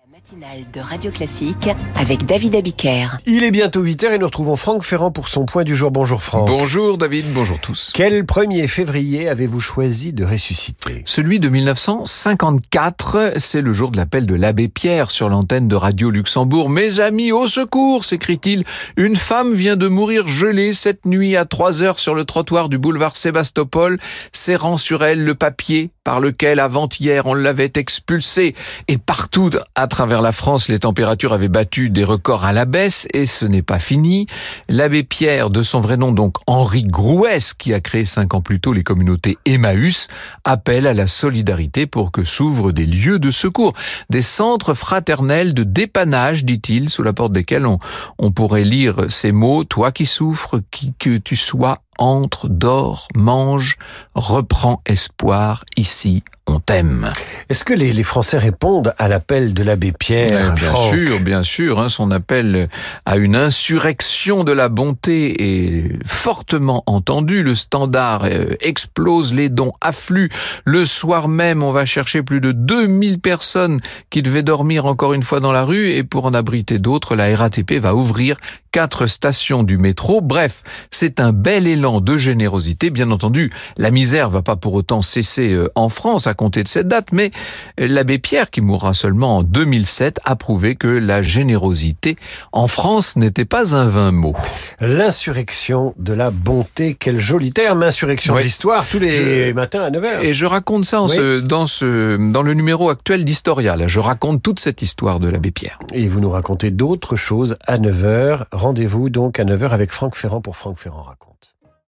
Matinale de Radio Classique avec David Abiker. Il est bientôt 8h et nous retrouvons Franck Ferrand pour son point du jour. Bonjour Franck. Bonjour David, bonjour tous. Quel 1er février avez-vous choisi de ressusciter ? Celui de 1954, c'est le jour de l'appel de l'abbé Pierre sur l'antenne de Radio Luxembourg. « Mes amis, au secours !» s'écrie-t-il. « Une femme vient de mourir gelée cette nuit à 3h sur le trottoir du boulevard Sébastopol, serrant sur elle le papier par lequel avant-hier on l'avait expulsée. » Et partout à travers la France, les températures avaient battu des records à la baisse et ce n'est pas fini. L'abbé Pierre, de son vrai nom donc Henri Grouès, qui a créé 5 ans plus tôt les communautés Emmaüs, appelle à la solidarité pour que s'ouvrent des lieux de secours, des centres fraternels de dépannage, dit-il, sous la porte desquels on pourrait lire ces mots: toi qui souffres, qui que tu sois, entre, dors, mange, reprends espoir, ici on t'aime. Est-ce que les Français répondent à l'appel de l'abbé Pierre ? Bien sûr, son appel à une insurrection de la bonté est fortement entendu. Le Standard explose, les dons affluent. Le soir même, on va chercher plus de 2000 personnes qui devaient dormir encore une fois dans la rue, et pour en abriter d'autres, la RATP va ouvrir 4 stations du métro. Bref, c'est un bel élan de générosité. Bien entendu, la misère va pas pour autant cesser en France à compter de cette date, mais l'abbé Pierre, qui mourra seulement en 2007, a prouvé que la générosité en France n'était pas un vain mot. L'insurrection de la bonté, quel joli terme, insurrection de l'histoire, tous les matins à 9h. Et je raconte ça dans le numéro actuel d'Historia. Là, je raconte toute cette histoire de l'abbé Pierre. Et vous nous racontez d'autres choses à 9h. Rendez-vous donc à 9h avec Franck Ferrand pour Franck Ferrand raconte.